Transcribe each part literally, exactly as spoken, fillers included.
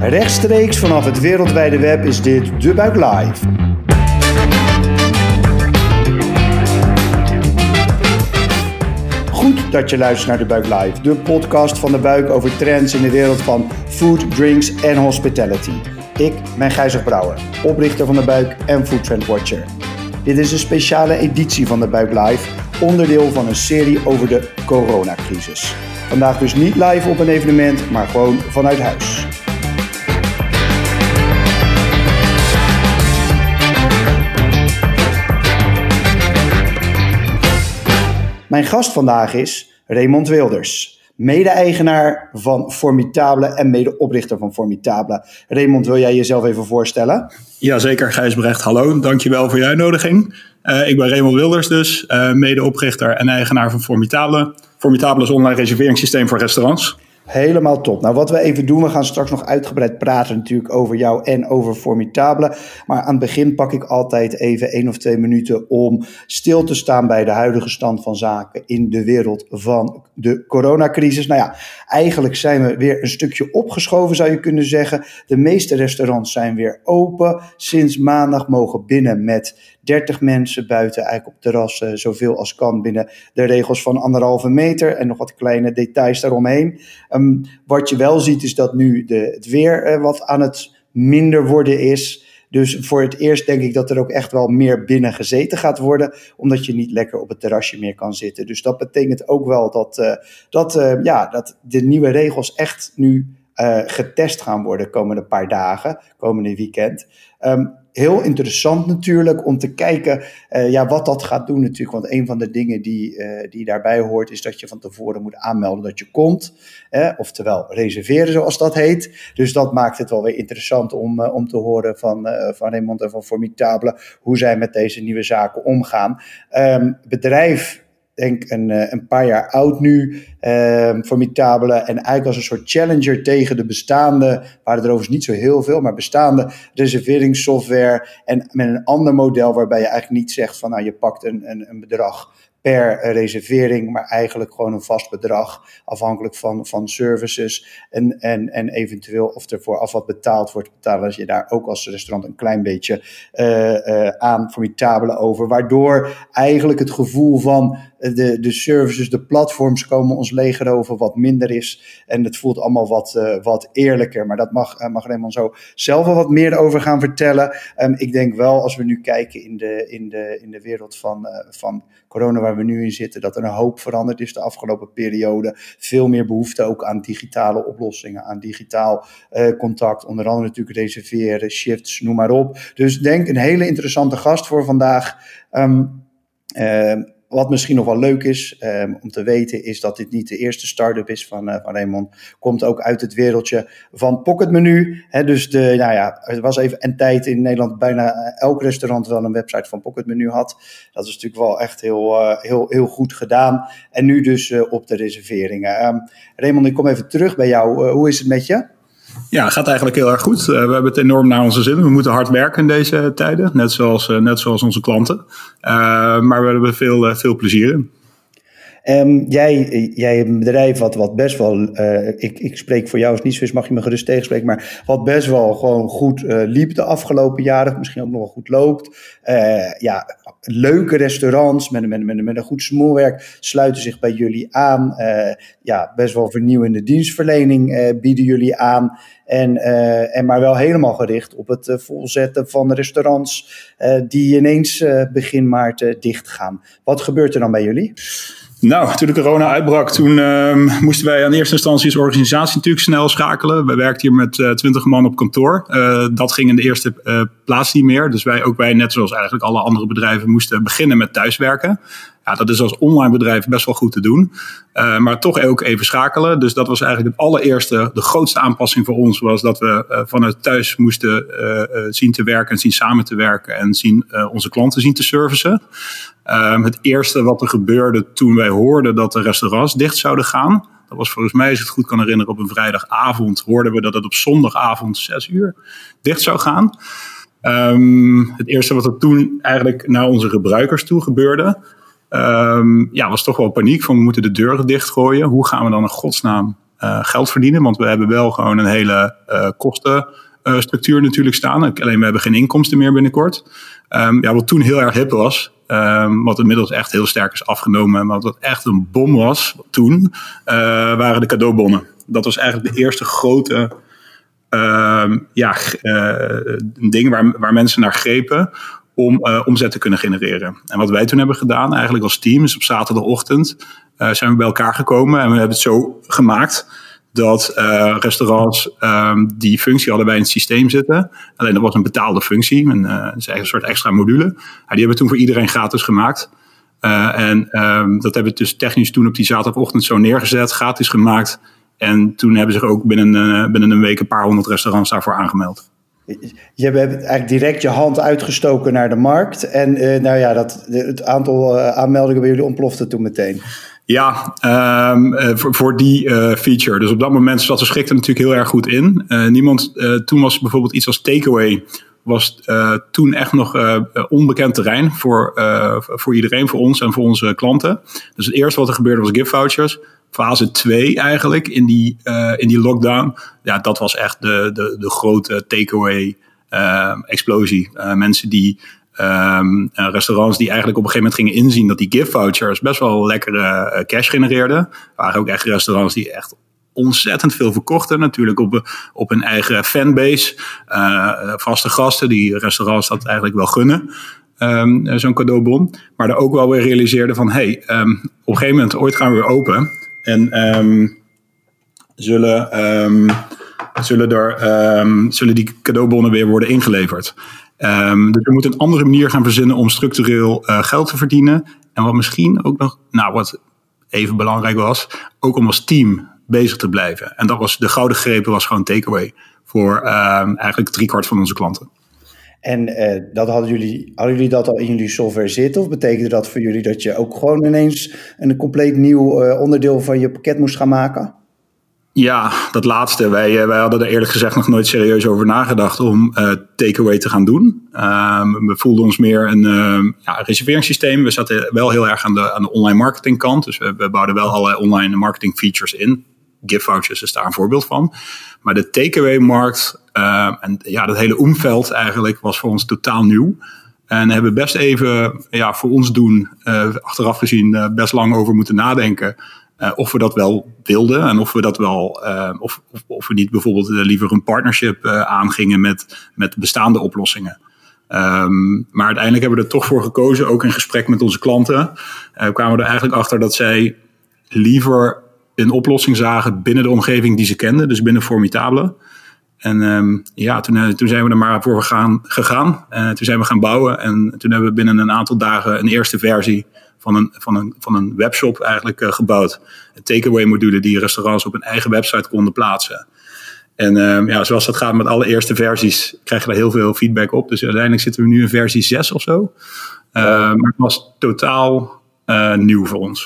Rechtstreeks vanaf het wereldwijde web is dit De Buik Live. Goed dat je luistert naar De Buik Live, de podcast van De Buik over trends in de wereld van food, drinks en hospitality. Ik ben Gijzer Brouwer, oprichter van De Buik en Food Trend Watcher. Dit is een speciale editie van De Buik Live, onderdeel van een serie over de coronacrisis. Vandaag dus niet live op een evenement, maar gewoon vanuit huis. Mijn gast vandaag is Raymond Wilders, mede-eigenaar van Formidable en mede-oprichter van Formidable. Raymond, wil jij jezelf even voorstellen? Jazeker, Gijs Brecht. Hallo, dankjewel voor je uitnodiging. Uh, ik ben Raymond Wilders dus, uh, mede-oprichter en eigenaar van Formidable. Formidable is een online reserveringssysteem voor restaurants. Helemaal top. Nou, wat we even doen, we gaan straks nog uitgebreid praten natuurlijk over jou en over Formidable. Maar aan het begin pak ik altijd even één of twee minuten om stil te staan bij de huidige stand van zaken in de wereld van de coronacrisis. Nou ja, eigenlijk zijn we weer een stukje opgeschoven, zou je kunnen zeggen. De meeste restaurants zijn weer open. Sinds maandag mogen binnen met dertig mensen, buiten eigenlijk op terrassen, zoveel als kan binnen de regels van anderhalve meter en nog wat kleine details daaromheen. Um, wat je wel ziet is dat nu de, het weer uh, wat aan het minder worden is. Dus voor het eerst denk ik dat er ook echt wel meer binnen gezeten gaat worden, omdat je niet lekker op het terrasje meer kan zitten. Dus dat betekent ook wel dat, uh, dat, uh, ja, dat de nieuwe regels echt nu uh, getest gaan worden de komende paar dagen, komende weekend. Um, Heel interessant natuurlijk om te kijken uh, ja, wat dat gaat doen natuurlijk. Want een van de dingen die, uh, die daarbij hoort is dat je van tevoren moet aanmelden dat je komt. Eh, oftewel reserveren zoals dat heet. Dus dat maakt het wel weer interessant om, uh, om te horen van, uh, van Raymond en van Formidable hoe zij met deze nieuwe zaken omgaan. Um, bedrijf... denk een, een paar jaar oud nu, eh, Formidable. En eigenlijk als een soort challenger tegen de bestaande, waren er overigens niet zo heel veel, maar bestaande reserveringssoftware. En met een ander model waarbij je eigenlijk niet zegt van nou je pakt een, een, een bedrag per reservering, maar eigenlijk gewoon een vast bedrag afhankelijk van, van services en, en, en eventueel of er vooraf wat betaald wordt, betalen je daar ook als restaurant een klein beetje uh, uh, aan Formidable over, waardoor eigenlijk het gevoel van de, de services, de platforms komen ons legerover wat minder is en het voelt allemaal wat, uh, wat eerlijker, maar dat mag, uh, mag Raymond zo zelf wel wat meer over gaan vertellen. Um, ik denk wel, als we nu kijken in de, in de, in de wereld van, uh, van corona waar we nu in zitten, dat er een hoop veranderd is de afgelopen periode. Veel meer behoefte ook aan digitale oplossingen, aan digitaal uh, contact. Onder andere natuurlijk reserveren, shifts, noem maar op. Dus denk een hele interessante gast voor vandaag. Um, uh, Wat misschien nog wel leuk is um, om te weten is dat dit niet de eerste start-up is van, uh, van Raymond. Komt ook uit het wereldje van Pocket Menu. He, dus de, nou ja, er was even een tijd in Nederland bijna elk restaurant wel een website van Pocket Menu had. Dat is natuurlijk wel echt heel, uh, heel, heel goed gedaan. En nu dus uh, op de reserveringen. Um, Raymond, ik kom even terug bij jou. Uh, hoe is het met je? Ja, het gaat eigenlijk heel erg goed. Uh, we hebben het enorm naar onze zin. We moeten hard werken in deze tijden, net zoals, uh, net zoals onze klanten. Uh, maar we hebben veel, uh, veel plezier in. Um, jij, jij hebt een bedrijf wat, wat best wel, uh, ik, ik spreek voor jou als niet zo is, mag je me gerust tegenspreken, maar wat best wel gewoon goed uh, liep de afgelopen jaren, misschien ook nog wel goed loopt. Uh, ja, leuke restaurants met, met, met, met een goed smoelwerk sluiten zich bij jullie aan. Uh, ja, best wel vernieuwende dienstverlening uh, bieden jullie aan. En, uh, en maar wel helemaal gericht op het uh, volzetten van restaurants uh, die ineens uh, begin maart uh, dicht gaan. Wat gebeurt er dan bij jullie? Nou, toen de corona uitbrak, toen uh, moesten wij aan eerste instantie als organisatie natuurlijk snel schakelen. We werkten hier met uh, twintig man op kantoor. Uh, dat ging in de eerste uh, plaats niet meer. Dus wij, ook wij, net zoals eigenlijk alle andere bedrijven, moesten beginnen met thuiswerken. Ja, dat is als online bedrijf best wel goed te doen. Uh, maar toch ook even schakelen. Dus dat was eigenlijk het allereerste, de grootste aanpassing voor ons was dat we uh, vanuit thuis moesten uh, uh, zien te werken en zien samen te werken en zien uh, onze klanten zien te servicen. Um, het eerste wat er gebeurde toen wij hoorden dat de restaurants dicht zouden gaan, dat was volgens mij, als ik het goed kan herinneren, op een vrijdagavond hoorden we dat het op zondagavond zes uur dicht zou gaan. Um, het eerste wat er toen eigenlijk naar onze gebruikers toe gebeurde, Um, ja, was toch wel paniek van we moeten de deuren dichtgooien. Hoe gaan we dan in godsnaam uh, geld verdienen. Want we hebben wel gewoon een hele uh, kostenstructuur natuurlijk staan. Alleen we hebben geen inkomsten meer binnenkort. Um, ja, wat toen heel erg hip was. Um, wat inmiddels echt heel sterk is afgenomen. Maar wat echt een bom was toen. Uh, waren de cadeaubonnen. Dat was eigenlijk de eerste grote um, ja, uh, ding waar, waar mensen naar grepen. Om uh, omzet te kunnen genereren. En wat wij toen hebben gedaan, eigenlijk als team, is op zaterdagochtend uh, zijn we bij elkaar gekomen. En we hebben het zo gemaakt dat uh, restaurants um, die functie hadden bij in het systeem zitten. Alleen dat was een betaalde functie, een, uh, dus een soort extra module. Ja, die hebben we toen voor iedereen gratis gemaakt. Uh, en um, dat hebben we dus technisch toen op die zaterdagochtend zo neergezet, gratis gemaakt. En toen hebben zich ook binnen, uh, binnen een week een paar honderd restaurants daarvoor aangemeld. Je hebt eigenlijk direct je hand uitgestoken naar de markt. En uh, nou ja, dat, het aantal uh, aanmeldingen bij jullie ontplofte toen meteen. Ja, um, uh, voor, voor die uh, feature. Dus op dat moment zat de schrik er natuurlijk heel erg goed in. Uh, niemand, uh, toen was bijvoorbeeld iets als takeaway, was uh, toen echt nog uh, onbekend terrein voor, uh, voor iedereen, voor ons en voor onze klanten. Dus het eerste wat er gebeurde was gift vouchers. Fase twee eigenlijk in die, uh, in die lockdown. Ja, dat was echt de, de, de grote takeaway uh, explosie. Uh, mensen die, um, uh, restaurants die eigenlijk op een gegeven moment gingen inzien dat die gift vouchers best wel lekkere uh, cash genereerden. Er waren ook echt restaurants die echt ontzettend veel verkochten. Natuurlijk op, op hun eigen fanbase. Uh, vaste gasten die restaurants dat eigenlijk wel gunnen. Um, zo'n cadeaubon. Maar er ook wel weer realiseerden van, hey, um, op een gegeven moment ooit gaan we weer open. En um, zullen, um, zullen, er, um, zullen die cadeaubonnen weer worden ingeleverd. Um, dus we moeten een andere manier gaan verzinnen om structureel uh, geld te verdienen. En wat misschien ook nog, nou wat even belangrijk was, ook om als team bezig te blijven. En dat was de gouden greep, was gewoon takeaway voor um, eigenlijk driekwart van onze klanten. En uh, dat hadden, jullie, hadden jullie dat al in jullie software zitten? Of betekende dat voor jullie dat je ook gewoon ineens een compleet nieuw uh, onderdeel van je pakket moest gaan maken? Ja, dat laatste. Wij, wij hadden er eerlijk gezegd nog nooit serieus over nagedacht om uh, takeaway te gaan doen. Uh, we voelden ons meer een uh, ja, reserveringssysteem. We zaten wel heel erg aan de, aan de online marketing kant. Dus we, we bouwden wel allerlei online marketing features in. Gift vouchers is daar een voorbeeld van. Maar de takeaway markt uh, en ja, dat hele omveld eigenlijk was voor ons totaal nieuw. En hebben best even ja, voor ons doen, uh, achteraf gezien, uh, best lang over moeten nadenken. Uh, of we dat wel wilden en of we dat wel, uh, of, of, of we niet bijvoorbeeld uh, liever een partnership uh, aangingen met, met bestaande oplossingen. Um, maar uiteindelijk hebben we er toch voor gekozen, ook in gesprek met onze klanten. Uh, kwamen we er eigenlijk achter dat zij liever een oplossing zagen binnen de omgeving die ze kenden, dus binnen Formidable. En um, ja, toen, uh, toen zijn we er maar voor gegaan. gegaan. Uh, toen zijn we gaan bouwen en toen hebben we binnen een aantal dagen een eerste versie van een, van een, van een webshop eigenlijk uh, gebouwd. Een takeaway module die restaurants op hun eigen website konden plaatsen. En uh, ja, zoals dat gaat met alle eerste versies, krijg je daar heel veel feedback op. Dus uiteindelijk zitten we nu in versie zes of zo. Uh, maar het was totaal uh, nieuw voor ons.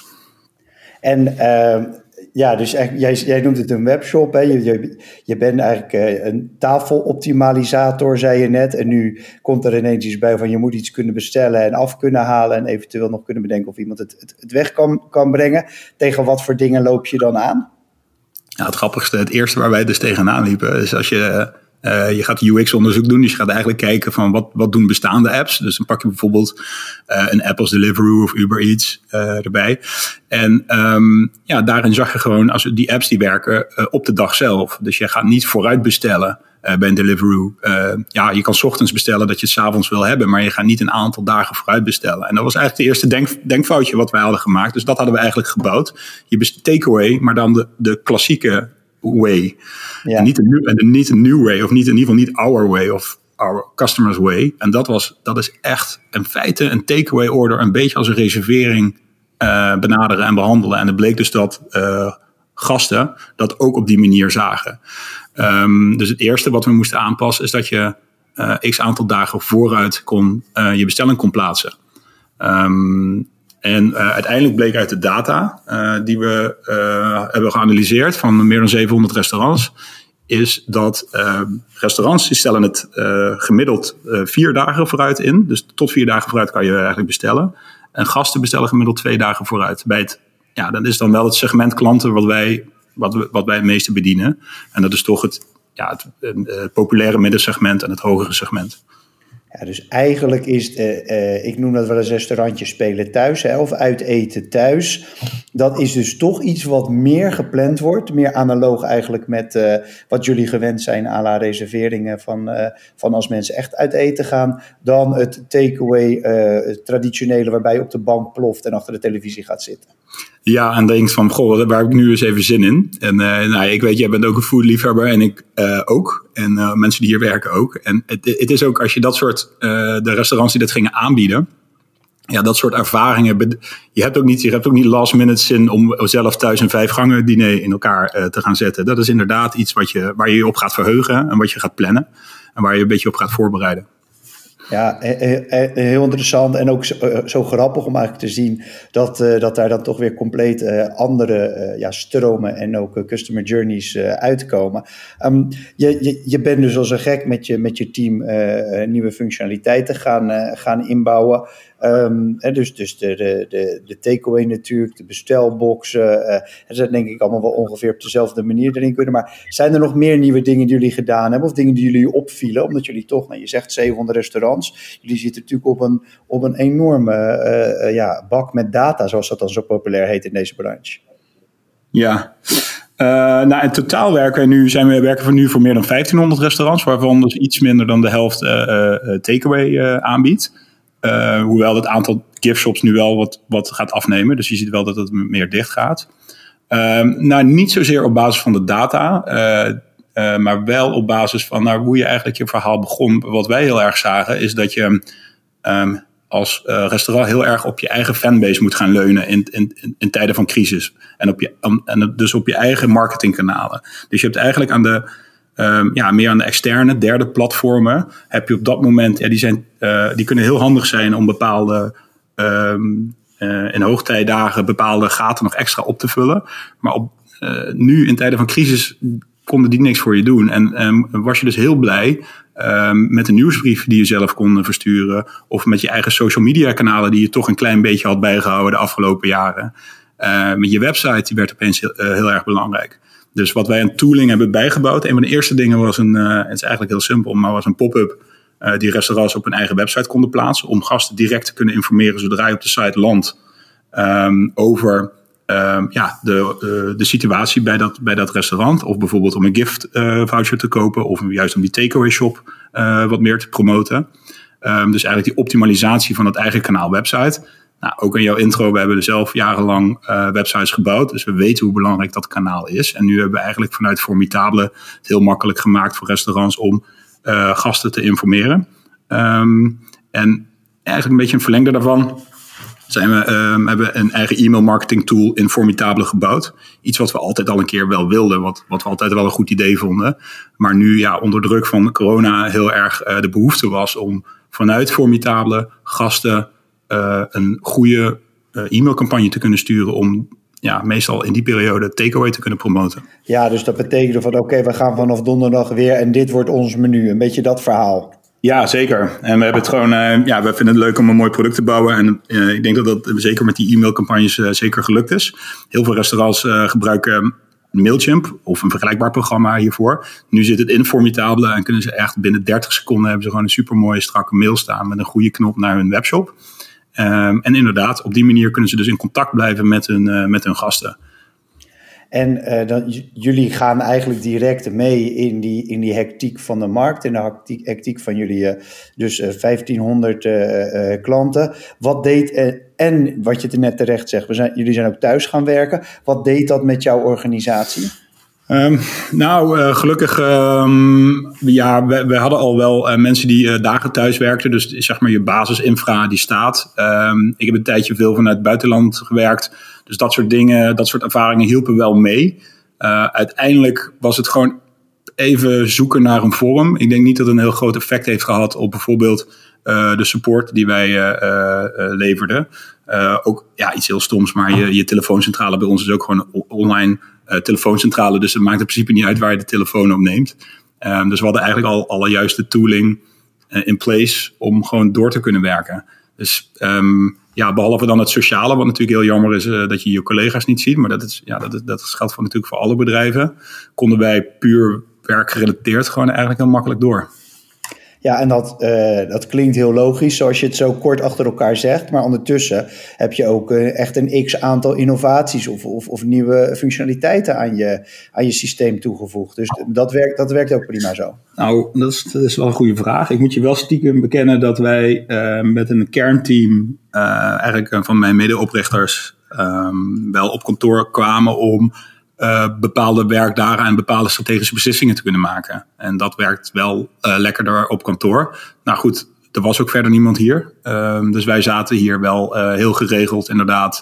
En uh, ja, dus jij, jij noemt het een webshop. Hè? Je, je, je bent eigenlijk uh, een tafeloptimalisator, zei je net. En nu komt er ineens iets bij van je moet iets kunnen bestellen en af kunnen halen. En eventueel nog kunnen bedenken of iemand het, het, het weg kan, kan brengen. Tegen wat voor dingen loop je dan aan? Ja, het grappigste, het eerste waar wij dus tegenaan liepen, is als je, uh, je gaat U X-onderzoek doen. Dus je gaat eigenlijk kijken van wat, wat doen bestaande apps. Dus dan pak je bijvoorbeeld uh, een app als Deliveroo of Uber Eats uh, erbij. En um, ja, daarin zag je gewoon, als die apps die werken uh, op de dag zelf. Dus je gaat niet vooruit bestellen uh, bij een Deliveroo. Uh, ja, je kan 's ochtends bestellen dat je het 's avonds wil hebben, maar je gaat niet een aantal dagen vooruit bestellen. En dat was eigenlijk de eerste denk, denkfoutje wat wij hadden gemaakt. Dus dat hadden we eigenlijk gebouwd. Je bestelt takeaway, maar dan de, de klassieke way. Ja. En niet een, new, niet een new way, of niet, in ieder geval niet our way, of our customers way. En dat, was, dat is echt in feite een takeaway order, een beetje als een reservering uh, benaderen en behandelen. En het bleek dus dat uh, gasten dat ook op die manier zagen. Um, dus het eerste wat we moesten aanpassen is dat je uh, x aantal dagen vooruit kon, uh, je bestelling kon plaatsen. Um, En uh, uiteindelijk bleek uit de data uh, die we uh, hebben geanalyseerd van meer dan zevenhonderd restaurants, is dat uh, restaurants die stellen het uh, gemiddeld uh, vier dagen vooruit in. Dus tot vier dagen vooruit kan je eigenlijk bestellen. En gasten bestellen gemiddeld twee dagen vooruit. Bij het, ja, dat is dan wel het segment klanten wat wij wat, we, wat wij het meeste bedienen. En dat is toch het, ja, het, het populaire middensegment en het hogere segment. Ja, dus eigenlijk is, het, uh, uh, ik noem dat wel eens restaurantjes spelen thuis, hè, of uit eten thuis. Dat is dus toch iets wat meer gepland wordt, meer analoog eigenlijk met uh, wat jullie gewend zijn à la reserveringen van, uh, van als mensen echt uit eten gaan, dan het takeaway, uh, het traditionele waarbij je op de bank ploft en achter de televisie gaat zitten. Ja, en denkt van, goh, waar heb ik nu eens even zin in? En uh, nou, ik weet, jij bent ook een foodliefhebber en ik uh, ook. En uh, mensen die hier werken ook. En het, het is ook, als je dat soort, uh, de restaurants die dat gingen aanbieden, ja, dat soort ervaringen. Je hebt ook niet, je hebt ook niet last minute zin om zelf thuis een vijf gangen diner in elkaar uh, te gaan zetten. Dat is inderdaad iets wat je, waar je je op gaat verheugen en wat je gaat plannen. En waar je een beetje op gaat voorbereiden. Ja, heel interessant en ook zo, zo grappig om eigenlijk te zien dat, uh, dat daar dan toch weer compleet uh, andere uh, ja, stromen en ook uh, customer journeys uh, uitkomen. Um, je, je, je bent dus als een gek met je, met je team uh, nieuwe functionaliteiten gaan, uh, gaan inbouwen. Um, dus dus de, de, de, de takeaway natuurlijk, de bestelboxen. Uh, dat zijn denk ik allemaal wel ongeveer op dezelfde manier erin kunnen. Maar zijn er nog meer nieuwe dingen die jullie gedaan hebben? Of dingen die jullie opvielen? Omdat jullie toch, nou, je zegt zevenhonderd restaurants. Jullie zitten natuurlijk op een, op een enorme uh, uh, ja, bak met data, zoals dat dan zo populair heet in deze branche. Ja, uh, nou in totaal werken we nu, zijn we werken we nu voor meer dan vijftienhonderd restaurants, waarvan dus iets minder dan de helft uh, uh, takeaway uh, aanbiedt. Uh, hoewel het aantal giftshops nu wel wat, wat gaat afnemen. Dus je ziet wel dat het meer dicht gaat. Uh, nou, niet zozeer op basis van de data. Uh, uh, maar wel op basis van nou, hoe je eigenlijk je verhaal begon. Wat wij heel erg zagen is dat je um, als uh, restaurant heel erg op je eigen fanbase moet gaan leunen in, in, in, in tijden van crisis. En, op je, en dus op je eigen marketingkanalen. Dus je hebt eigenlijk aan de... Um, ja, meer aan de externe, derde platformen heb je op dat moment, ja, die, zijn, uh, die kunnen heel handig zijn om bepaalde, um, uh, in hoogtijdagen bepaalde gaten nog extra op te vullen. Maar op, uh, nu in tijden van crisis konden die niks voor je doen. En um, was je dus heel blij um, met een nieuwsbrief die je zelf kon versturen, of met je eigen social media kanalen die je toch een klein beetje had bijgehouden de afgelopen jaren. Uh, met je website, die werd opeens heel, uh, heel erg belangrijk. Dus wat wij aan tooling hebben bijgebouwd. Een van de eerste dingen was een, uh, het is eigenlijk heel simpel, maar was een pop-up uh, die restaurants op hun eigen website konden plaatsen. Om gasten direct te kunnen informeren zodra je op de site landt um, over um, ja, de, uh, de situatie bij dat, bij dat restaurant. Of bijvoorbeeld om een gift uh, voucher te kopen of juist om die takeaway shop uh, wat meer te promoten. Um, dus eigenlijk die optimalisatie van het eigen kanaal website. Nou, ook in jouw intro, we hebben er zelf jarenlang uh, websites gebouwd. Dus we weten hoe belangrijk dat kanaal is. En nu hebben we eigenlijk vanuit Formidable het heel makkelijk gemaakt voor restaurants om uh, gasten te informeren. Um, en eigenlijk een beetje een verlengde daarvan zijn we, um, hebben we een eigen e-mail marketing tool in Formidable gebouwd. Iets wat we altijd al een keer wel wilden, wat, wat we altijd wel een goed idee vonden. Maar nu ja, onder druk van corona heel erg uh, de behoefte was om vanuit Formidable gasten Uh, een goede uh, e-mailcampagne te kunnen sturen om ja, meestal in die periode takeaway te kunnen promoten. Ja, dus dat betekent van oké, okay, we gaan vanaf donderdag weer en dit wordt ons menu. Een beetje dat verhaal. Ja, zeker. En we hebben het gewoon, uh, ja, we vinden het leuk om een mooi product te bouwen. En uh, ik denk dat dat zeker met die e-mailcampagnes uh, zeker gelukt is. Heel veel restaurants uh, gebruiken Mailchimp of een vergelijkbaar programma hiervoor. Nu zit het in Formidable en kunnen ze echt binnen dertig seconden hebben ze gewoon een supermooie strakke mail staan met een goede knop naar hun webshop. Um, en inderdaad, op die manier kunnen ze dus in contact blijven met hun, uh, met hun gasten. En uh, dan, j- jullie gaan eigenlijk direct mee in die, in die hectiek van de markt, in de hectiek, hectiek van jullie uh, dus uh, vijftienhonderd uh, uh, klanten. Wat deed, uh, en wat je net terecht zegt, we zijn, jullie zijn ook thuis gaan werken. Wat deed dat met jouw organisatie? Um, nou, uh, gelukkig, um, ja, we, we hadden al wel uh, mensen die uh, dagen thuis werkten. Dus zeg maar je basisinfra die staat. Um, ik heb een tijdje veel vanuit het buitenland gewerkt. Dus dat soort dingen, dat soort ervaringen hielpen wel mee. Uh, uiteindelijk was het gewoon even zoeken naar een vorm. Ik denk niet dat het een heel groot effect heeft gehad op bijvoorbeeld uh, de support die wij uh, uh, leverden. Uh, ook ja, iets heel stoms, maar je, je telefooncentrale bij ons is ook gewoon een online uh, telefooncentrale. Dus het maakt in principe niet uit waar je de telefoon op neemt. Um, dus we hadden eigenlijk al alle juiste tooling uh, in place om gewoon door te kunnen werken. Dus um, ja, behalve dan het sociale, wat natuurlijk heel jammer is uh, dat je je collega's niet ziet. Maar dat, is, ja, dat, is, dat geldt voor, natuurlijk voor alle bedrijven. Konden wij puur werkgerelateerd gewoon eigenlijk heel makkelijk door. Ja, en dat, uh, dat klinkt heel logisch zoals je het zo kort achter elkaar zegt. Maar ondertussen heb je ook uh, echt een x-aantal innovaties of, of, of nieuwe functionaliteiten aan je, aan je systeem toegevoegd. Dus dat werkt, dat werkt ook prima zo. Nou, dat is, dat is wel een goede vraag. Ik moet je wel stiekem bekennen dat wij uh, met een kernteam, uh, eigenlijk uh, van mijn medeoprichters, um, wel op kantoor kwamen om Uh, bepaalde werkdagen en bepaalde strategische beslissingen te kunnen maken. En dat werkt wel uh, lekkerder op kantoor. Nou goed, er was ook verder niemand hier. Uh, dus wij zaten hier wel uh, heel geregeld inderdaad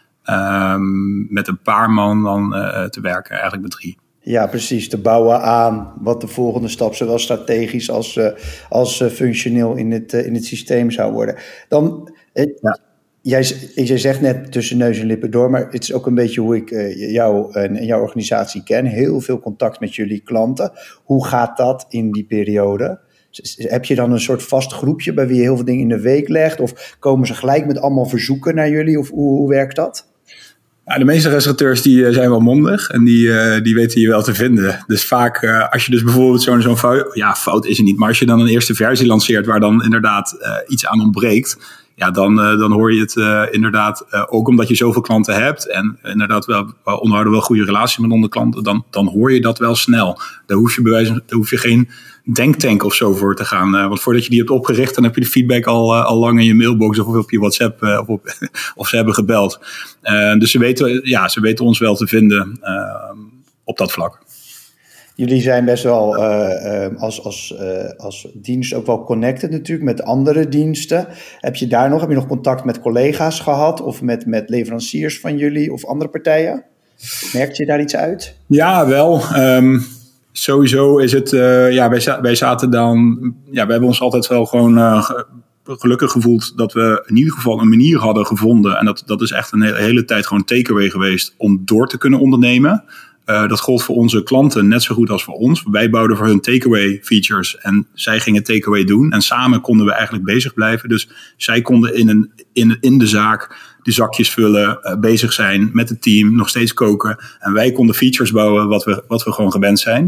uh, met een paar man dan uh, te werken, eigenlijk met drie. Ja, precies. Te bouwen aan wat de volgende stap zowel strategisch als, uh, als uh, functioneel in het, uh, in het systeem zou worden. Dan... Uh, ja. Jij, jij zegt net tussen neus en lippen door, maar het is ook een beetje hoe ik uh, jou en jouw organisatie ken. Heel veel contact met jullie klanten. Hoe gaat dat in die periode? Heb je dan een soort vast groepje bij wie je heel veel dingen in de week legt? Of komen ze gelijk met allemaal verzoeken naar jullie? Of hoe, hoe werkt dat? Ja, de meeste restaurateurs die zijn wel mondig en die, uh, die weten je wel te vinden. Dus vaak uh, als je dus bijvoorbeeld zo'n, zo'n fout, ja fout is er niet, maar als je dan een eerste versie lanceert waar dan inderdaad uh, iets aan ontbreekt, ja, dan, uh, dan hoor je het uh, inderdaad, uh, ook omdat je zoveel klanten hebt en inderdaad wel, wel onderhouden wel goede relatie met onze klanten, dan, dan hoor je dat wel snel. Daar hoef je bewijs, daar hoef je geen denktank of zo voor te gaan. Uh, want voordat je die hebt opgericht, dan heb je de feedback al, uh, al lang in je mailbox of op je WhatsApp uh, of, op, of ze hebben gebeld. Uh, dus ze weten, ja, ze weten ons wel te vinden uh, op dat vlak. Jullie zijn best wel uh, uh, als, als, uh, als dienst ook wel connected natuurlijk met andere diensten. Heb je daar nog, heb je nog contact met collega's gehad of met, met leveranciers van jullie of andere partijen? Merkt je daar iets uit? Ja, wel. Um, sowieso is het, uh, ja, wij, wij zaten dan, ja, we hebben ons altijd wel gewoon uh, gelukkig gevoeld dat we in ieder geval een manier hadden gevonden. En dat, dat is echt een hele, hele tijd gewoon takeaway geweest om door te kunnen ondernemen. Uh, dat gold voor onze klanten net zo goed als voor ons. Wij bouwden voor hun takeaway features en zij gingen takeaway doen. En samen konden we eigenlijk bezig blijven. Dus zij konden in, een, in, in de zaak de zakjes vullen, uh, bezig zijn met het team, nog steeds koken. En wij konden features bouwen wat we, wat we gewoon gewend zijn.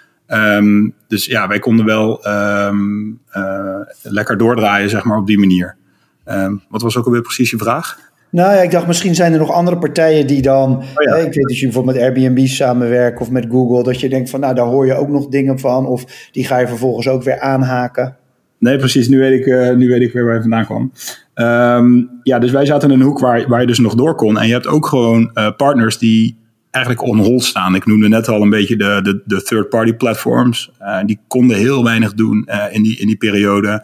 Um, dus ja, wij konden wel um, uh, lekker doordraaien, zeg maar, op die manier. Um, wat was ook alweer precies je vraag? Nou ja, ik dacht misschien zijn er nog andere partijen die dan, oh ja. eh, ik weet dat je bijvoorbeeld met Airbnb samenwerkt of met Google, dat je denkt van nou daar hoor je ook nog dingen van of die ga je vervolgens ook weer aanhaken. Nee, precies. Nu weet ik, uh, nu weet ik weer waar je vandaan kwam. Um, ja, dus wij zaten in een hoek waar, waar je dus nog door kon. En je hebt ook gewoon uh, partners die eigenlijk on hold staan. Ik noemde net al een beetje de, de, de third-party platforms. Uh, die konden heel weinig doen uh, in, die, in die periode.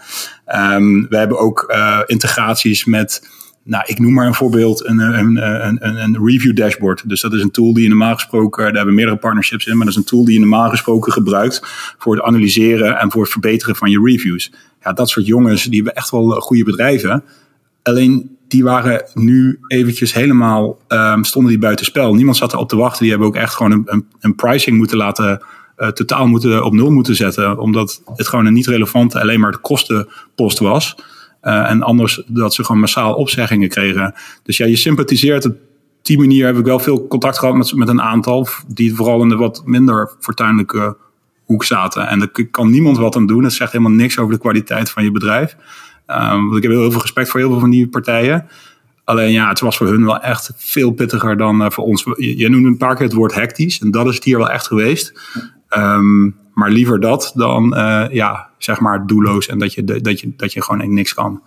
Um, we hebben ook uh, integraties met... Nou, ik noem maar een voorbeeld, een, een, een, een review dashboard. Dus dat is een tool die je normaal gesproken, daar hebben we meerdere partnerships in, maar dat is een tool die je normaal gesproken gebruikt voor het analyseren en voor het verbeteren van je reviews. Ja, dat soort jongens, die hebben echt wel goede bedrijven. Alleen die waren nu eventjes helemaal, um, stonden die buitenspel. Niemand zat erop te wachten. Die hebben ook echt gewoon een, een, een pricing moeten laten, uh, totaal moeten, op nul moeten zetten. Omdat het gewoon een niet relevante, alleen maar de kostenpost was. Uh, en anders dat ze gewoon massaal opzeggingen kregen. Dus ja, je sympathiseert. Op die manier heb ik wel veel contact gehad met, met een aantal die vooral in de wat minder fortuinlijke hoek zaten. En daar kan niemand wat aan doen. Dat zegt helemaal niks over de kwaliteit van je bedrijf. Um, want ik heb heel, heel veel respect voor heel veel van die partijen. Alleen ja, het was voor hun wel echt veel pittiger dan uh, voor ons. Jij noemde een paar keer het woord hectisch. En dat is het hier wel echt geweest. Um, maar liever dat dan uh, ja, zeg maar doelloos en dat je, dat je, dat je gewoon niks kan.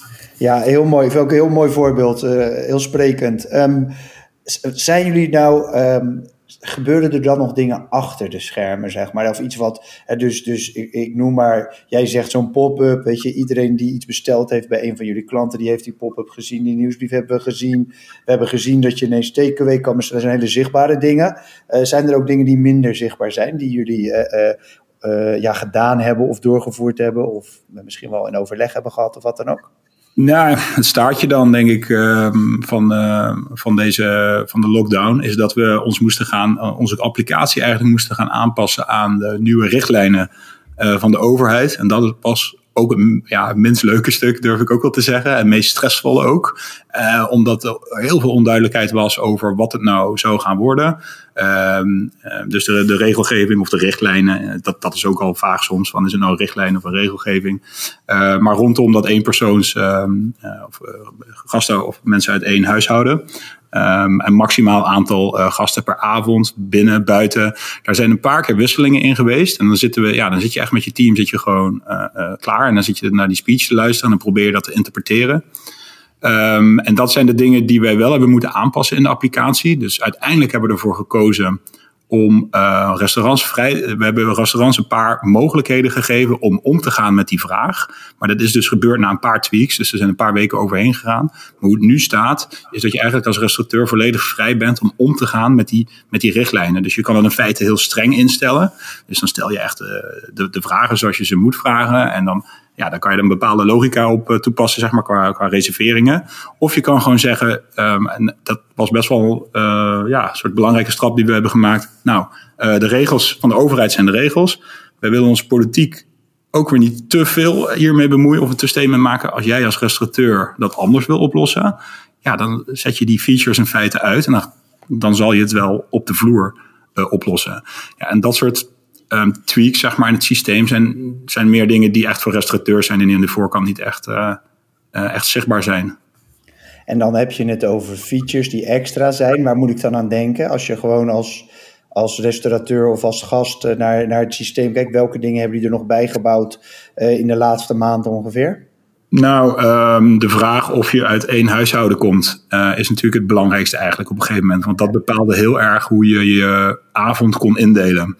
Ja, heel mooi. Ik vind ook een heel mooi voorbeeld. Uh, heel sprekend. Um, zijn jullie nou... Um, gebeurden er dan nog dingen achter de schermen, zeg maar? Of iets wat... Dus, dus ik, ik noem maar... Jij zegt zo'n pop-up, weet je... Iedereen die iets besteld heeft bij een van jullie klanten... die heeft die pop-up gezien, die nieuwsbrief hebben we gezien. We hebben gezien dat je ineens takeaway kan... Dus dat zijn hele zichtbare dingen. Uh, zijn er ook dingen die minder zichtbaar zijn... die jullie uh, uh, uh, ja, gedaan hebben of doorgevoerd hebben... of misschien wel in overleg hebben gehad of wat dan ook? Nou, het staartje dan, denk ik, uh, van, uh, van, deze, van de lockdown... is dat we ons moesten gaan, uh, onze applicatie eigenlijk moesten gaan aanpassen... aan de nieuwe richtlijnen uh, van de overheid. En dat was ook een ja, minst leuke stuk, durf ik ook wel te zeggen. En meest stressvolle ook. Uh, omdat er heel veel onduidelijkheid was over wat het nou zou gaan worden. Uh, uh, dus de, de regelgeving of de richtlijnen, dat, dat is ook al vaag soms. Van is het nou een richtlijn of een regelgeving? Uh, maar rondom dat eenpersoons uh, uh, of uh, gasten of mensen uit één huishouden. Um, een maximaal aantal uh, gasten per avond, binnen, buiten. Daar zijn een paar keer wisselingen in geweest. En dan zitten we, ja, dan zit je echt met je team, zit je gewoon uh, uh, klaar. En dan zit je naar die speech te luisteren en dan probeer je dat te interpreteren. Um, en dat zijn de dingen die wij wel hebben moeten aanpassen in de applicatie. Dus uiteindelijk hebben we ervoor gekozen om uh, restaurants vrij... We hebben restaurants een paar mogelijkheden gegeven om om te gaan met die vraag. Maar dat is dus gebeurd na een paar tweaks. Dus er zijn een paar weken overheen gegaan. Maar hoe het nu staat, is dat je eigenlijk als restaurateur volledig vrij bent om om te gaan met die, met die richtlijnen. Dus je kan het in feite heel streng instellen. Dus dan stel je echt uh, de, de vragen zoals je ze moet vragen. En dan... Ja, dan kan je er een bepaalde logica op uh, toepassen, zeg maar, qua, qua reserveringen. Of je kan gewoon zeggen, um, en dat was best wel uh, ja, een soort belangrijke stap die we hebben gemaakt. Nou, uh, de regels van de overheid zijn de regels. Wij willen ons politiek ook weer niet te veel hiermee bemoeien of een te statement maken. Als jij als restaurateur dat anders wil oplossen, ja, dan zet je die features in feite uit. En dan, dan zal je het wel op de vloer uh, oplossen. Ja, en dat soort... Um, tweaks, zeg maar, in het systeem zijn, zijn meer dingen die echt voor restaurateurs zijn en die aan de voorkant niet echt, uh, uh, echt zichtbaar zijn. En dan heb je het over features die extra zijn. Waar moet ik dan aan denken? Als je gewoon als, als restaurateur of als gast uh, naar, naar het systeem kijkt, welke dingen hebben die er nog bijgebouwd uh, in de laatste maand ongeveer? Nou, um, de vraag of je uit één huishouden komt, uh, is natuurlijk het belangrijkste eigenlijk op een gegeven moment. Want dat bepaalde heel erg hoe je je avond kon indelen.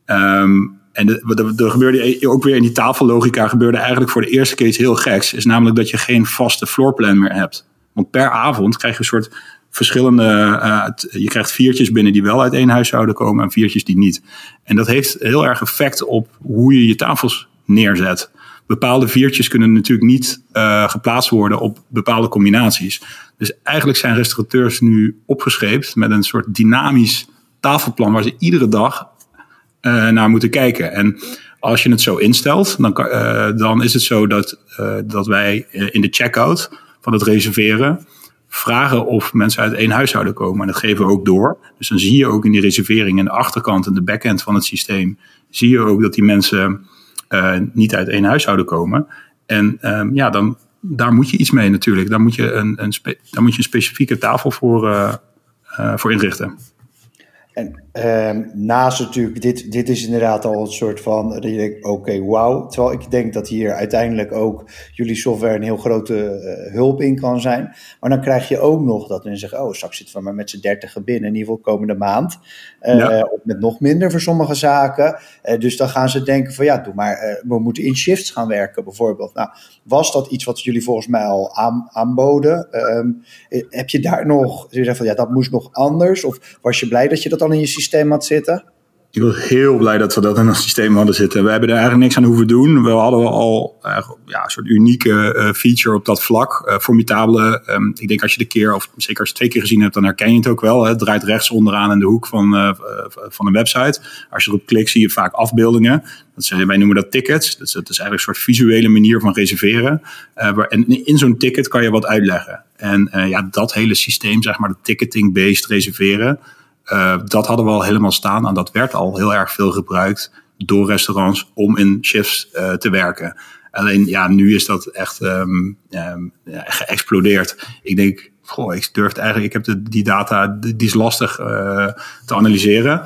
Um, en er gebeurde ook weer in die tafellogica gebeurde eigenlijk voor de eerste keer iets heel geks. Is namelijk dat je geen vaste floorplan meer hebt. Want per avond krijg je een soort verschillende... Uh, je krijgt viertjes binnen die wel uit één huishouden komen en viertjes die niet. En dat heeft heel erg effect op hoe je je tafels neerzet. Bepaalde viertjes kunnen natuurlijk niet uh, geplaatst worden op bepaalde combinaties. Dus eigenlijk zijn restaurateurs nu opgescheept met een soort dynamisch tafelplan waar ze iedere dag Uh, naar moeten kijken. En als je het zo instelt, dan, uh, dan is het zo dat, uh, dat wij uh, in de checkout van het reserveren vragen of mensen uit één huishouden komen. En dat geven we ook door. Dus dan zie je ook in die reservering in de achterkant en de backend van het systeem, zie je ook dat die mensen uh, niet uit één huishouden komen. En um, ja, dan, daar moet je iets mee natuurlijk. Daar moet je een, een, spe, daar moet je een specifieke tafel voor, uh, uh, voor inrichten. En um, naast natuurlijk, dit, dit is inderdaad al een soort van, dat je denkt, oké, okay, wauw. Terwijl ik denk dat hier uiteindelijk ook jullie software een heel grote uh, hulp in kan zijn. Maar dan krijg je ook nog dat men zegt, oh, straks zitten we maar met z'n dertigen binnen, in ieder geval komende maand. Uh, ja. Of met nog minder voor sommige zaken. Uh, dus dan gaan ze denken van, ja, doe maar, uh, we moeten in shifts gaan werken bijvoorbeeld. Nou, was dat iets wat jullie volgens mij al aan, aanboden? Um, heb je daar nog, je zegt van, ja, dat moest nog anders? Of was je blij dat je dat al in je systeem had zitten? Ik was heel blij dat we dat in ons systeem hadden zitten. We hebben er eigenlijk niks aan hoeven doen. We hadden al uh, ja, een soort unieke uh, feature op dat vlak. Uh, formidabele. Um, ik denk als je de keer, of zeker als je het twee keer gezien hebt, dan herken je het ook wel. Hè. Het draait rechts onderaan in de hoek van, uh, van een website. Als je erop klikt, zie je vaak afbeeldingen. Dat zijn, wij noemen dat tickets. Dus dat is eigenlijk een soort visuele manier van reserveren. Uh, waar, en in zo'n ticket kan je wat uitleggen. En uh, ja, dat hele systeem, zeg maar, de ticketing-based reserveren, Uh, dat hadden we al helemaal staan en dat werd al heel erg veel gebruikt door restaurants om in shifts uh, te werken. Alleen ja, nu is dat echt um, um, ja, geëxplodeerd. Ik denk, goh, ik durf eigenlijk, ik heb de, die data, die is lastig uh, te analyseren.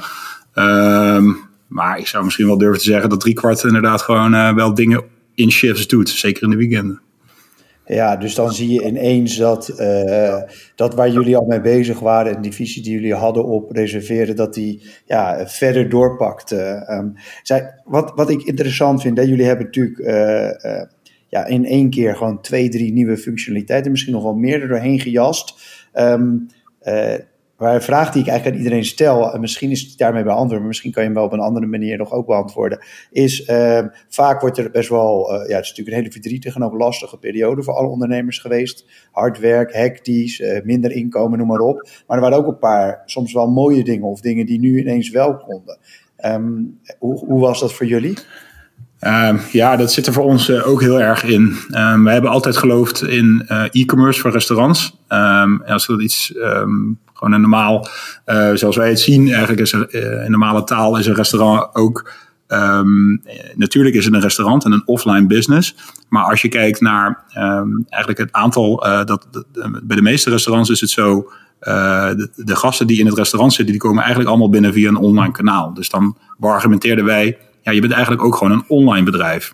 Um, maar ik zou misschien wel durven te zeggen dat driekwart inderdaad gewoon uh, wel dingen in shifts doet, zeker in de weekenden. Ja, dus dan zie je ineens dat, uh, dat waar jullie al mee bezig waren en die visie die jullie hadden op reserveren, dat die ja, verder doorpakt. Uh, um, zij, wat, wat ik interessant vind, hè, jullie hebben natuurlijk uh, uh, ja, in één keer gewoon twee, drie nieuwe functionaliteiten, misschien nog wel meer er doorheen gejast. Um, uh, Maar een vraag die ik eigenlijk aan iedereen stel, en misschien is het daarmee beantwoord, maar misschien kan je hem wel op een andere manier nog ook beantwoorden, is uh, vaak wordt er best wel, uh, ja, het is natuurlijk een hele verdrietige en ook lastige periode voor alle ondernemers geweest. Hard werk, hectisch, uh, minder inkomen, noem maar op. Maar er waren ook een paar soms wel mooie dingen of dingen die nu ineens wel konden. Um, hoe, hoe was dat voor jullie? Uh, ja, dat zit er voor ons uh, ook heel erg in. Um, wij hebben altijd geloofd in uh, e-commerce voor restaurants. Um, als dat iets, um, gewoon een normaal, uh, zoals wij het zien, eigenlijk is er, uh, in normale taal is een restaurant ook, um, natuurlijk is het een restaurant en een offline business. Maar als je kijkt naar um, eigenlijk het aantal, uh, dat, dat, bij de meeste restaurants is het zo, uh, de, de gasten die in het restaurant zitten, die komen eigenlijk allemaal binnen via een online kanaal. Dus dan beargumenteerden wij, ja, je bent eigenlijk ook gewoon een online bedrijf.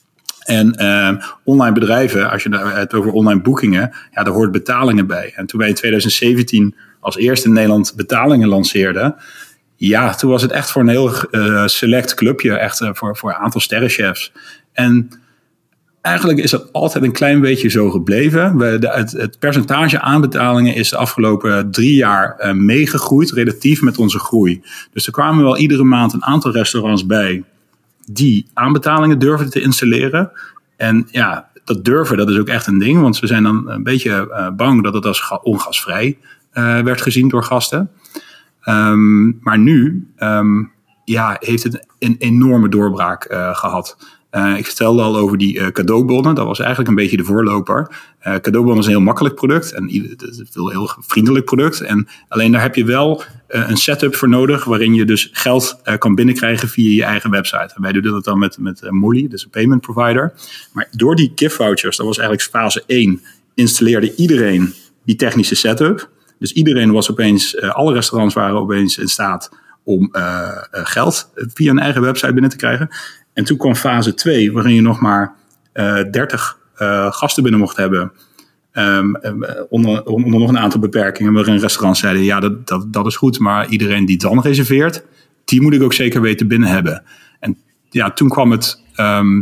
En uh, online bedrijven, als je het over online boekingen, ja, daar hoort betalingen bij. En toen wij in twintig zeventien als eerste in Nederland betalingen lanceerden, ja, toen was het echt voor een heel uh, select clubje, echt uh, voor, voor een aantal sterrenchefs. En eigenlijk is dat altijd een klein beetje zo gebleven. We, de, het, het percentage aanbetalingen is de afgelopen drie jaar uh, meegegroeid, relatief met onze groei. Dus er kwamen wel iedere maand een aantal restaurants bij die aanbetalingen durfden te installeren. En ja, dat durven, dat is ook echt een ding. Want we zijn dan een beetje uh, bang dat het als ongasvrij uh, werd gezien door gasten. Um, maar nu um, ja, heeft het een enorme doorbraak uh, gehad. Uh, ik vertelde al over die uh, cadeaubonnen. Dat was eigenlijk een beetje de voorloper. Uh, cadeaubonnen is een heel makkelijk product. En het is een heel vriendelijk product. En alleen daar heb je wel uh, een setup voor nodig, waarin je dus geld uh, kan binnenkrijgen via je eigen website. En wij doen dat dan met, met uh, Molly, dus een payment provider. Maar door die gift vouchers, dat was eigenlijk fase één, installeerde iedereen die technische setup. Dus iedereen was opeens, uh, alle restaurants waren opeens in staat om uh, uh, geld via een eigen website binnen te krijgen. En toen kwam fase twee, waarin je nog maar uh, dertig uh, gasten binnen mocht hebben. Um, onder, onder nog een aantal beperkingen, waarin restaurants zeiden, ja, dat, dat, dat is goed, maar iedereen die dan reserveert, die moet ik ook zeker weten binnen hebben. En ja, toen kwam het um,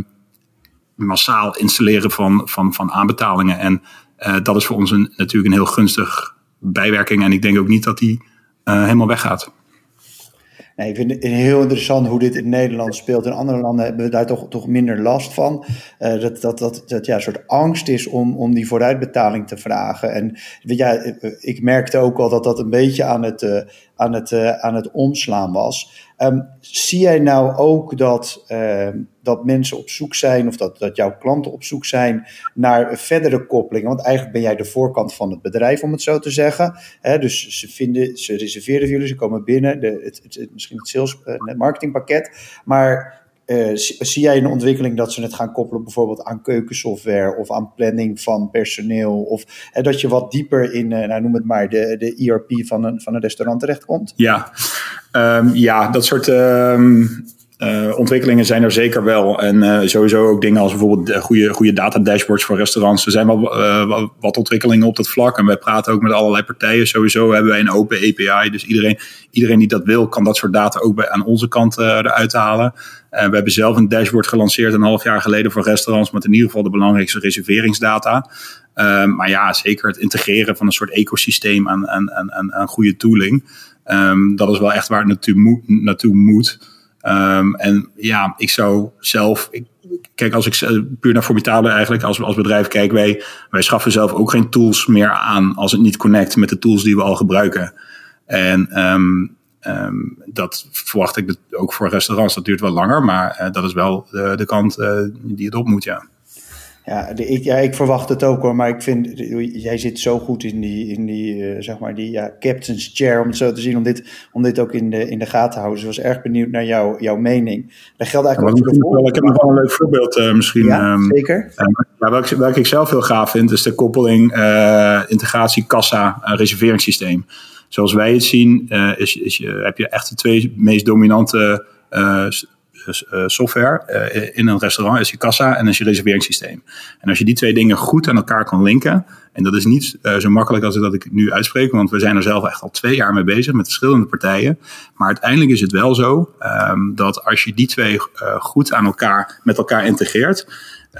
massaal installeren van, van, van aanbetalingen. En uh, dat is voor ons een, natuurlijk een heel gunstig bijwerking. En ik denk ook niet dat die uh, helemaal weggaat. Nee, ik vind het heel interessant hoe dit in Nederland speelt. In andere landen hebben we daar toch, toch minder last van. Uh, dat dat, dat, dat ja, een soort angst is om, om die vooruitbetaling te vragen. En ja, ik merkte ook al dat dat een beetje aan het, uh, aan het, uh, aan het omslaan was. Um, zie jij nou ook dat, uh, dat mensen op zoek zijn, of dat, dat jouw klanten op zoek zijn naar verdere koppelingen? Want eigenlijk ben jij de voorkant van het bedrijf, om het zo te zeggen. He, dus ze, vinden, ze reserveren voor jullie, ze komen binnen, de, het, het, het, misschien het sales, het marketingpakket. Maar uh, zie, zie jij een ontwikkeling dat ze het gaan koppelen bijvoorbeeld aan keukensoftware of aan planning van personeel? Of he, dat je wat dieper in, uh, nou, noem het maar, de, de E R P van een, van een restaurant terechtkomt? Ja, um, ja dat soort Um... Uh, ontwikkelingen zijn er zeker wel. En uh, sowieso ook dingen als bijvoorbeeld goede, goede data dashboards voor restaurants. Er zijn wel uh, wat ontwikkelingen op dat vlak. En wij praten ook met allerlei partijen. Sowieso hebben wij een open A P I. Dus iedereen, iedereen die dat wil, kan dat soort data ook bij, aan onze kant uh, eruit halen. Uh, we hebben zelf een dashboard gelanceerd een half jaar geleden voor restaurants. Met in ieder geval de belangrijkste reserveringsdata. Uh, maar ja, zeker het integreren van een soort ecosysteem aan, aan, aan, aan goede tooling. Um, dat is wel echt waar het naartoe moet. Naartoe moet. Um, en ja, ik zou zelf, ik, kijk, als ik puur naar Formidable eigenlijk als, als bedrijf kijk, wij, wij schaffen zelf ook geen tools meer aan als het niet connect met de tools die we al gebruiken. En um, um, dat verwacht ik ook voor restaurants. Dat duurt wel langer, maar uh, dat is wel de, de kant uh, die het op moet, ja. Ja, de, ik, ja, ik verwacht het ook hoor, maar ik vind, jij zit zo goed in die, in die uh, zeg maar, die ja, captain's chair, om het zo te zien, om dit, om dit ook in de, in de gaten te houden. Dus ik was erg benieuwd naar jou, jouw mening. Dat geldt eigenlijk ja, ook voor de volgende. Ik heb nog wel een leuk voorbeeld uh, misschien. Ja, um, zeker. Uh, maar welke, welke ik zelf heel gaaf vind, is de koppeling uh, integratie kassa uh, reserveringssysteem. Zoals wij het zien, uh, is, is, uh, heb je echt de twee meest dominante uh, Uh, software uh, in een restaurant is je kassa en is je reserveringssysteem. En als je die twee dingen goed aan elkaar kan linken, en dat is niet uh, zo makkelijk als dat ik het nu uitspreek, want we zijn er zelf echt al twee jaar mee bezig met verschillende partijen. Maar uiteindelijk is het wel zo um, dat als je die twee uh, goed aan elkaar met elkaar integreert,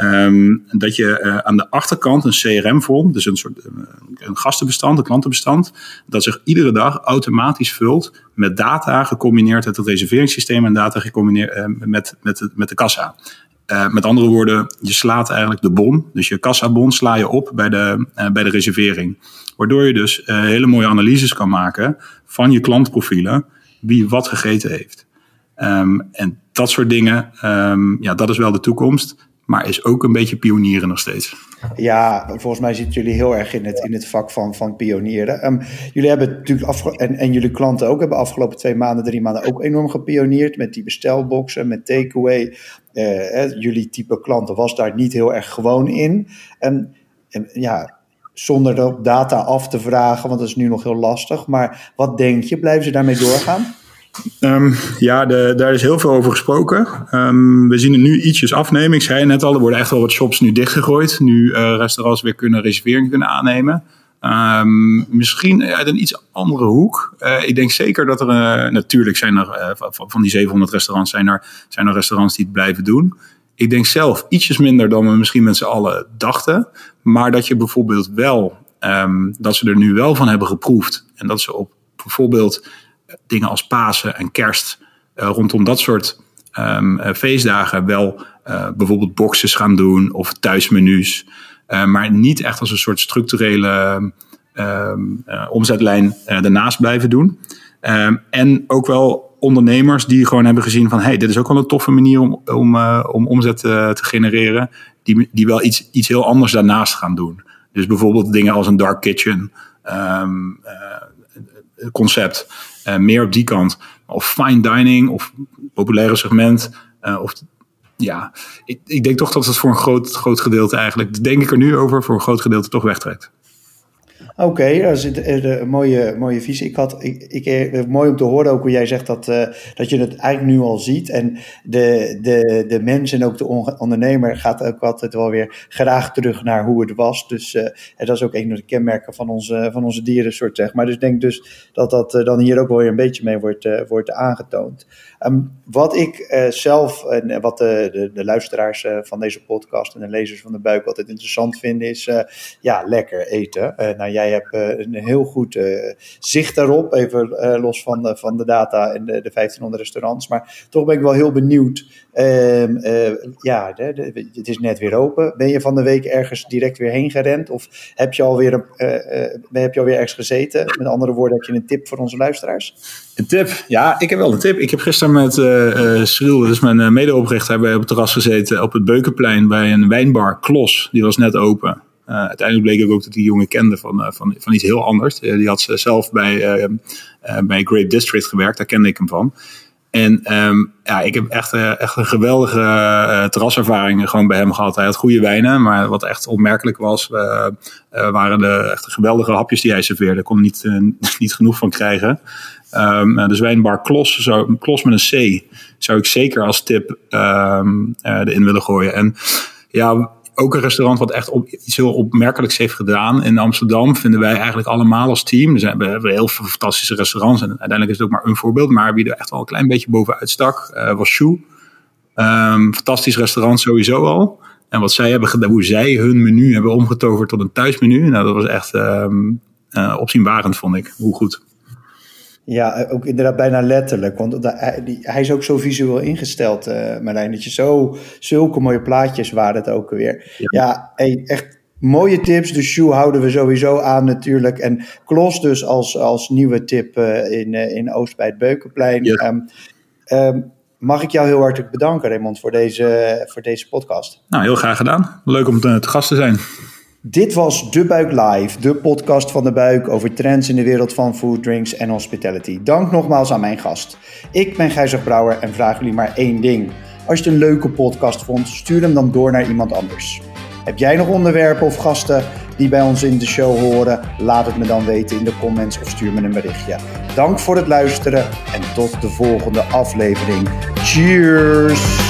Um, dat je uh, aan de achterkant een C R M vormt, dus een soort uh, een gastenbestand, een klantenbestand, dat zich iedere dag automatisch vult met data gecombineerd met het reserveringssysteem en data gecombineerd uh, met, met, de, met de kassa. Uh, met andere woorden, je slaat eigenlijk de bon, dus je kassabon sla je op bij de, uh, bij de reservering. Waardoor je dus uh, hele mooie analyses kan maken van je klantprofielen, wie wat gegeten heeft. Um, en dat soort dingen, um, ja, dat is wel de toekomst. Maar is ook een beetje pionieren nog steeds. Ja, volgens mij zitten jullie heel erg in het, in het vak van, van pionieren. Um, jullie hebben natuurlijk afge- en, en jullie klanten ook hebben afgelopen twee maanden, drie maanden ook enorm gepioneerd met die bestelboxen, met takeaway. Uh, eh, jullie type klanten was daar niet heel erg gewoon in. Um, en ja, zonder de data af te vragen, want dat is nu nog heel lastig. Maar wat denk je? Blijven ze daarmee doorgaan? Um, ja, de, daar is heel veel over gesproken. Um, we zien het nu ietsjes afnemen. Ik zei net al, er worden echt wel wat shops nu dichtgegooid. Nu uh, restaurants weer kunnen reserveringen kunnen aannemen. Um, misschien uit een iets andere hoek. Uh, ik denk zeker dat er, uh, natuurlijk zijn er uh, van, van die zevenhonderd restaurants zijn er, zijn er restaurants die het blijven doen. Ik denk zelf ietsjes minder dan we misschien met z'n allen dachten. Maar dat je bijvoorbeeld wel, um, dat ze er nu wel van hebben geproefd. En dat ze op bijvoorbeeld dingen als Pasen en Kerst, uh, rondom dat soort um, uh, feestdagen wel uh, bijvoorbeeld boxes gaan doen of thuismenu's. Uh, maar niet echt als een soort structurele uh, uh, omzetlijn uh, daarnaast blijven doen. Um, en ook wel ondernemers die gewoon hebben gezien van, hey, dit is ook wel een toffe manier om, om, uh, om omzet uh, te genereren. Die, die wel iets, iets heel anders daarnaast gaan doen. Dus bijvoorbeeld dingen als een dark kitchen um, uh, concept. Uh, meer op die kant. Of fine dining of populaire segment. Uh, of, ja, ik, ik denk toch dat het voor een groot, groot gedeelte eigenlijk, denk ik er nu over, voor een groot gedeelte toch wegtrekt. Oké, okay, dat is een, een mooie, mooie visie. Ik had, ik, ik, mooi om te horen ook hoe jij zegt dat, uh, dat je het eigenlijk nu al ziet. En de, de, de mens en ook de ondernemer gaat ook altijd wel weer graag terug naar hoe het was. Dus uh, dat is ook een van de kenmerken van onze, van onze dierensoort, zeg maar. Dus ik denk dus dat dat uh, dan hier ook wel weer een beetje mee wordt, uh, wordt aangetoond. Um, wat ik uh, zelf en uh, wat de, de, de luisteraars uh, van deze podcast en de lezers van de Buik altijd interessant vinden is, uh, ja, lekker eten. Uh, nou, jij hebt uh, een heel goed uh, zicht daarop, even uh, los van de, van de data en de, de vijftienhonderd restaurants. Maar toch ben ik wel heel benieuwd. Uh, uh, ja, de, de, het is net weer open. Ben je van de week ergens direct weer heen gerend? Of heb je alweer, een, uh, uh, heb je alweer ergens gezeten? Met andere woorden, heb je een tip voor onze luisteraars? Een tip? Ja, ik heb wel een tip. Ik heb gisteren met uh, uh, Cyril, dat is mijn uh, medeoprichter, hebben we op het terras gezeten op het Beukenplein bij een wijnbar, Klos. Die was net open. Uh, uiteindelijk bleek ik ook dat die jongen kende van, uh, van, van iets heel anders. Uh, die had zelf bij, uh, uh, bij Grape District gewerkt, daar kende ik hem van. En um, ja, ik heb echt, uh, echt een geweldige uh, terraservaring gewoon bij hem gehad. Hij had goede wijnen, maar wat echt opmerkelijk was, uh, uh, waren de echt geweldige hapjes die hij serveerde. Daar kon er niet, uh, niet genoeg van krijgen. Um, uh, dus wijnbar Klos, zou, Klos met een C, zou ik zeker als tip um, uh, erin willen gooien. En ja, ook een restaurant wat echt op, iets heel opmerkelijks heeft gedaan in Amsterdam, vinden wij eigenlijk allemaal als team. Er zijn, we hebben heel veel fantastische restaurants en uiteindelijk is het ook maar een voorbeeld. Maar wie er echt wel een klein beetje bovenuit stak, uh, was Shoe. Um, fantastisch restaurant sowieso al. En wat zij hebben gedaan, hoe zij hun menu hebben omgetoverd tot een thuismenu. Nou, dat was echt um, uh, opzienbarend, vond ik. Hoe goed. Ja, ook inderdaad bijna letterlijk. Want hij, die, hij is ook zo visueel ingesteld, uh, Marlijn. Dat je zo, zulke mooie plaatjes waren het ook weer. Ja, ja hey, echt mooie tips. De Shoe houden we sowieso aan natuurlijk. En Klos dus als, als nieuwe tip uh, in, uh, in Oost bij het Beukenplein. Yes. Um, um, mag ik jou heel hartelijk bedanken, Raymond, voor deze, voor deze podcast. Nou, heel graag gedaan. Leuk om te, te gast te zijn. Dit was De Buik Live, de podcast van De Buik over trends in de wereld van food, drinks en hospitality. Dank nogmaals aan mijn gast. Ik ben Gijzer Brouwer en vraag jullie maar één ding. Als je het een leuke podcast vond, stuur hem dan door naar iemand anders. Heb jij nog onderwerpen of gasten die bij ons in de show horen? Laat het me dan weten in de comments of stuur me een berichtje. Dank voor het luisteren en tot de volgende aflevering. Cheers!